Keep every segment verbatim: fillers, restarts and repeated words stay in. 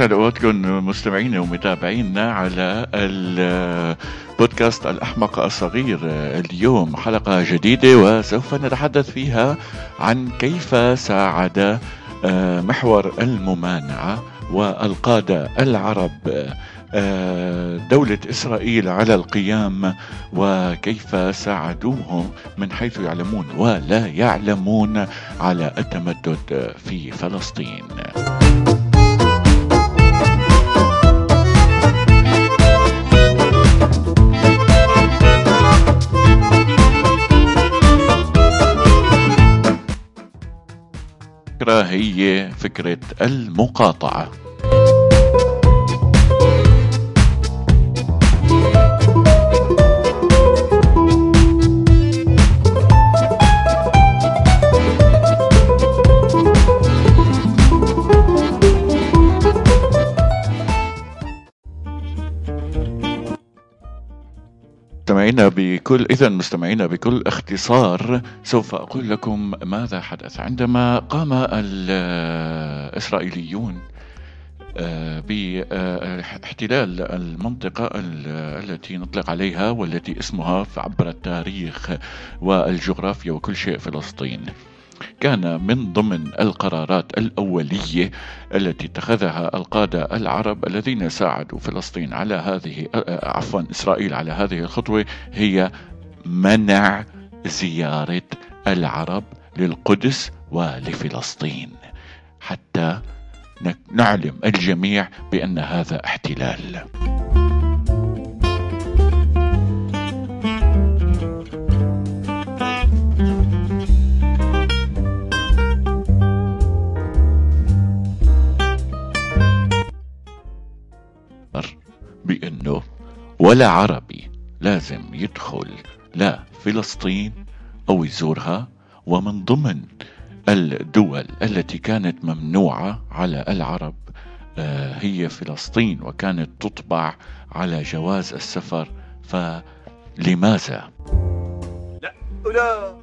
يسعد اوقاتكم مستمعينا ومتابعينا على البودكاست الأحمق الصغير. اليوم حلقة جديدة وسوف نتحدث فيها عن كيف ساعد محور الممانعة والقادة العرب دولة إسرائيل على القيام، وكيف ساعدوهم من حيث يعلمون ولا يعلمون على التمدد في فلسطين. هي فكرة المقاطعة. مستمعينا بكل إذن مستمعينا بكل اختصار سوف أقول لكم ماذا حدث عندما قام الإسرائيليون باحتلال المنطقة التي نطلق عليها والتي اسمها عبر التاريخ والجغرافيا وكل شيء فلسطين. كان من ضمن القرارات الأولية التي اتخذها القادة العرب الذين ساعدوا فلسطين على هذه عفوا إسرائيل على هذه الخطوة هي منع زيارة العرب للقدس ولفلسطين، حتى نعلم الجميع بأن هذا احتلال. بأنه ولا عربي لازم يدخل لا فلسطين أو يزورها، ومن ضمن الدول التي كانت ممنوعة على العرب هي فلسطين، وكانت تطبع على جواز السفر. فلماذا؟ لا لا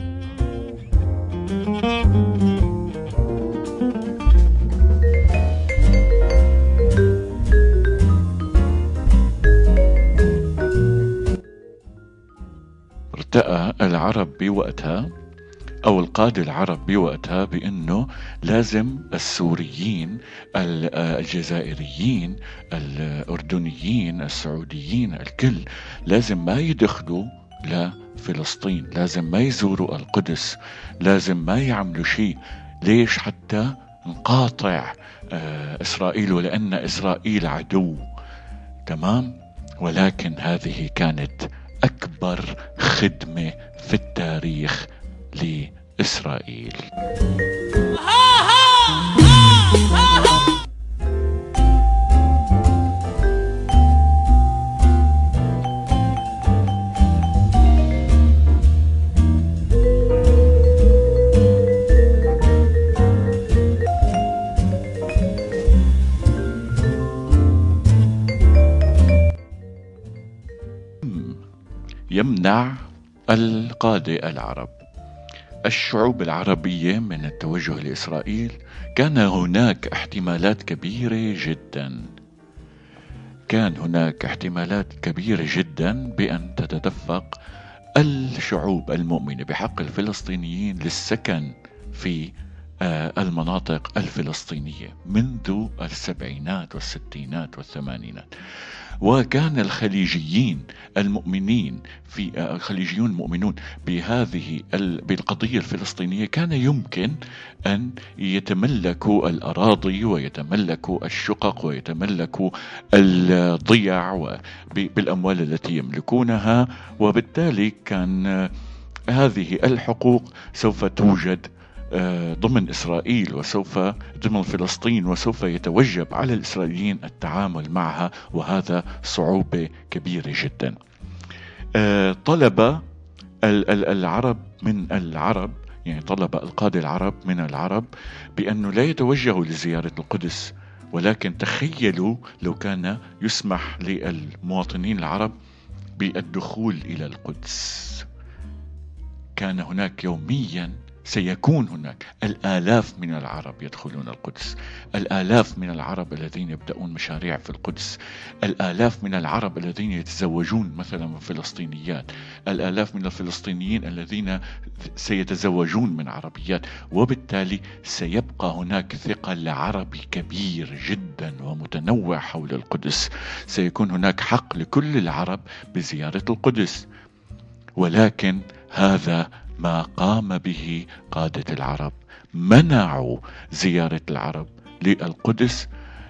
ارتأى العرب بوقتها أو القادة العرب بوقتها بأنه لازم السوريين الجزائريين الأردنيين السعوديين الكل لازم ما يدخلوا لفلسطين، لازم ما يزوروا القدس، لازم ما يعملوا شيء. ليش؟ حتى نقاطع إسرائيل، ولأن إسرائيل عدو. تمام. ولكن هذه كانت أكبر خدمة في التاريخ لإسرائيل. يمنع القادة العرب الشعوب العربية من التوجه لإسرائيل. كان هناك احتمالات كبيرة جدا كان هناك احتمالات كبيرة جدا بأن تتدفق الشعوب المؤمنة بحق الفلسطينيين للسكن في المناطق الفلسطينية منذ السبعينات والستينات والثمانينات. وكان الخليجيين المؤمنين في الخليجيون المؤمنون بهذه بالقضية الفلسطينية كان يمكن أن يتملكوا الأراضي ويتملكوا الشقق ويتملكوا الضيع بالأموال التي يملكونها، وبالتالي كان هذه الحقوق سوف توجد ضمن إسرائيل وسوف ضمن فلسطين، وسوف يتوجب على الإسرائيليين التعامل معها، وهذا صعوبة كبيرة جدا. طلب العرب من العرب يعني طلب القادة العرب من العرب بأنه لا يتوجهوا لزيارة القدس، ولكن تخيلوا لو كان يسمح للمواطنين العرب بالدخول إلى القدس. كان هناك يوميا سيكون هناك الآلاف من العرب يدخلون القدس، الآلاف من العرب الذين يبدأون مشاريع في القدس، الآلاف من العرب الذين يتزوجون مثلا من فلسطينيات، الآلاف من الفلسطينيين الذين سيتزوجون من عربيات، وبالتالي سيبقى هناك ثقل عربي كبير جدا ومتنوع حول القدس. سيكون هناك حق لكل العرب بزيارة القدس، ولكن هذا ما قام به قادة العرب، منعوا زيارة العرب للقدس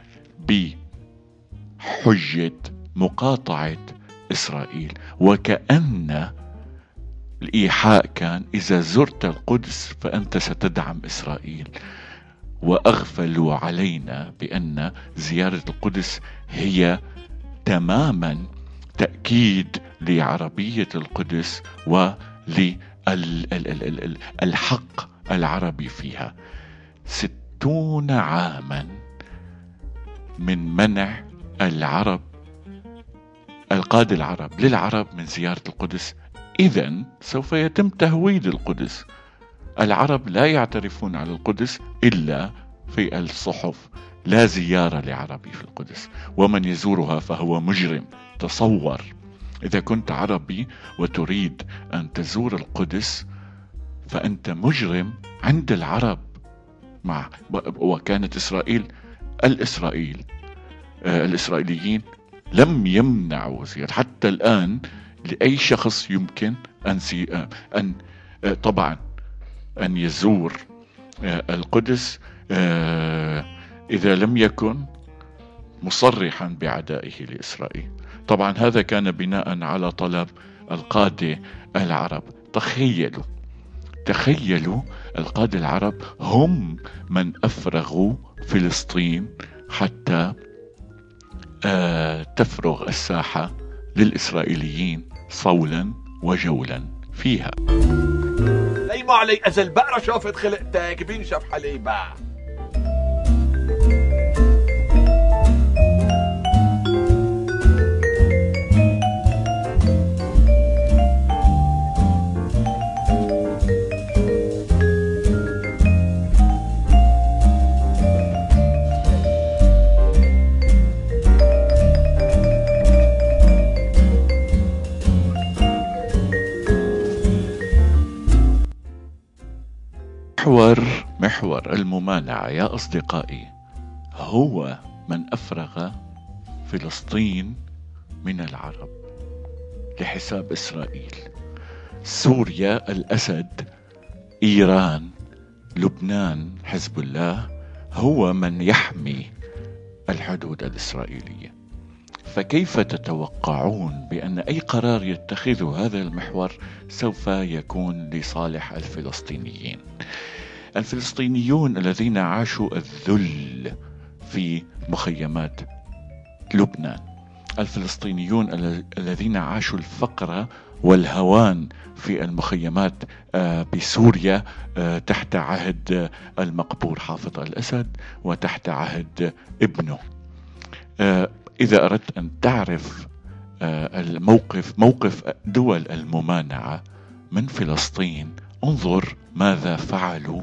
بحجة مقاطعة إسرائيل، وكأن الإيحاء كان إذا زرت القدس فأنت ستدعم إسرائيل، وأغفلوا علينا بأن زيارة القدس هي تماما تأكيد لعربية القدس وللحق العربي فيها. ستون عاما من منع العرب، القادة العرب للعرب من زيارة القدس، إذن سوف يتم تهويد القدس. العرب لا يعترفون على القدس إلا في الصحف، لا زيارة لعربي في القدس، ومن يزورها فهو مجرم. تصور إذا كنت عربي وتريد أن تزور القدس فأنت مجرم عند العرب. مع وكانت إسرائيل الإسرائيل آه الإسرائيليين لم يمنعوا زيارة حتى الآن لأي شخص يمكن أن, سي آه أن آه طبعا أن يزور آه القدس آه إذا لم يكن مصرحا بعدائه لإسرائيل. طبعا هذا كان بناء على طلب القادة العرب. تخيلوا تخيلوا القادة العرب هم من أفرغوا فلسطين حتى آه تفرغ الساحة للإسرائيليين صولا وجولا فيها. لي ما علي أزل بقرة شافت خلقتك بينشف حليبة. محور محور الممانعة يا أصدقائي هو من أفرغ فلسطين من العرب لحساب إسرائيل. سوريا الأسد، إيران، لبنان حزب الله، هو من يحمي الحدود الإسرائيلية. فكيف تتوقعون بأن أي قرار يتخذه هذا المحور سوف يكون لصالح الفلسطينيين؟ الفلسطينيون الذين عاشوا الذل في مخيمات لبنان، الفلسطينيون الذين عاشوا الفقر والهوان في المخيمات بسوريا تحت عهد المقبور حافظ الأسد وتحت عهد ابنه. إذا أردت أن تعرف الموقف موقف دول الممانعة من فلسطين، انظر ماذا فعلوا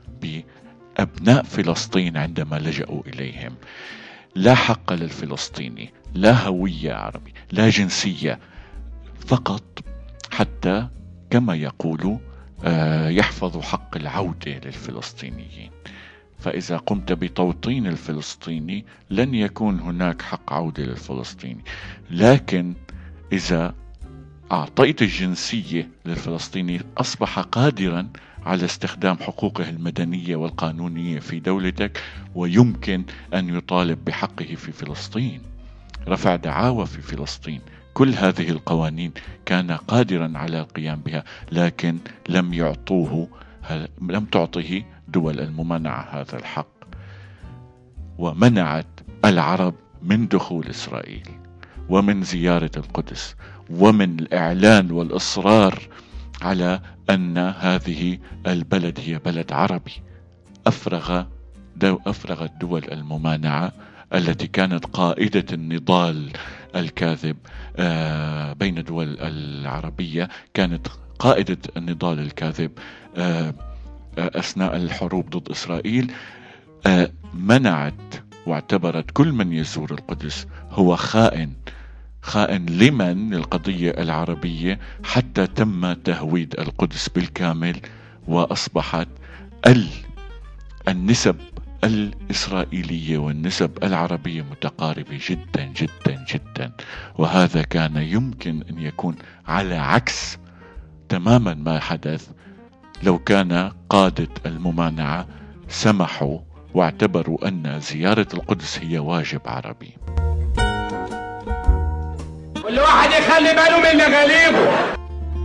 بأبناء فلسطين عندما لجأوا إليهم. لا حق للفلسطيني، لا هوية عربي، لا جنسية، فقط حتى كما يقولوا يحفظوا حق العودة للفلسطينيين. فإذا قمت بتوطين الفلسطيني لن يكون هناك حق عودة للفلسطيني، لكن إذا أعطيت الجنسية للفلسطيني أصبح قادرا على استخدام حقوقه المدنية والقانونية في دولتك، ويمكن أن يطالب بحقه في فلسطين، رفع دعاوى في فلسطين. كل هذه القوانين كان قادرا على القيام بها، لكن لم يعطوه لم تعطه دول الممانعة هذا الحق، ومنعت العرب من دخول إسرائيل ومن زيارة القدس ومن الإعلان والإصرار على أن هذه البلد هي بلد عربي. أفرغ دو أفرغت دول الممانعة التي كانت قائدة النضال الكاذب بين الدول العربية، كانت قائدة النضال الكاذب أثناء الحروب ضد إسرائيل منعت واعتبرت كل من يزور القدس هو خائن خائن لمن للقضية العربية، حتى تم تهويد القدس بالكامل، وأصبحت النسب الإسرائيلية والنسب العربية متقاربة جدا جدا جدا. وهذا كان يمكن أن يكون على عكس تماما ما حدث لو كان قادة الممانعة سمحوا واعتبروا أن زيارة القدس هي واجب عربي. كل واحد يخلي باله من لغاليبه.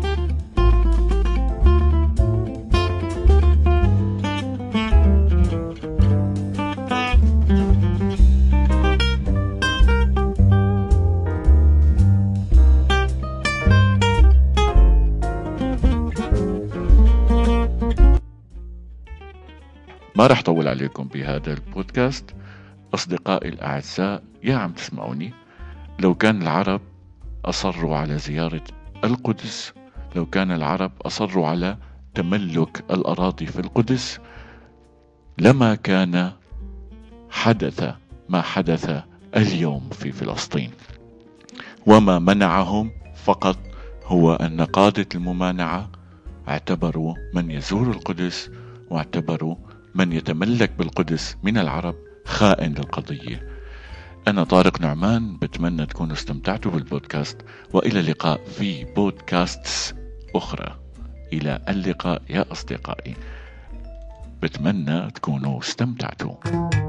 ما رح طول عليكم بهذا البودكاست. أصدقائي الأعزاء يا عم تسمعوني، لو كان العرب أصروا على زيارة القدس، لو كان العرب أصروا على تملك الأراضي في القدس، لما كان حدث ما حدث اليوم في فلسطين. وما منعهم فقط هو أن قادة الممانعة اعتبروا من يزور القدس واعتبروا من يتملك بالقدس من العرب خائن للقضية. أنا طارق نعمان، بتمنى تكونوا استمتعتوا بالبودكاست، وإلى اللقاء في بودكاستس أخرى. إلى اللقاء يا أصدقائي، بتمنى تكونوا استمتعتوا.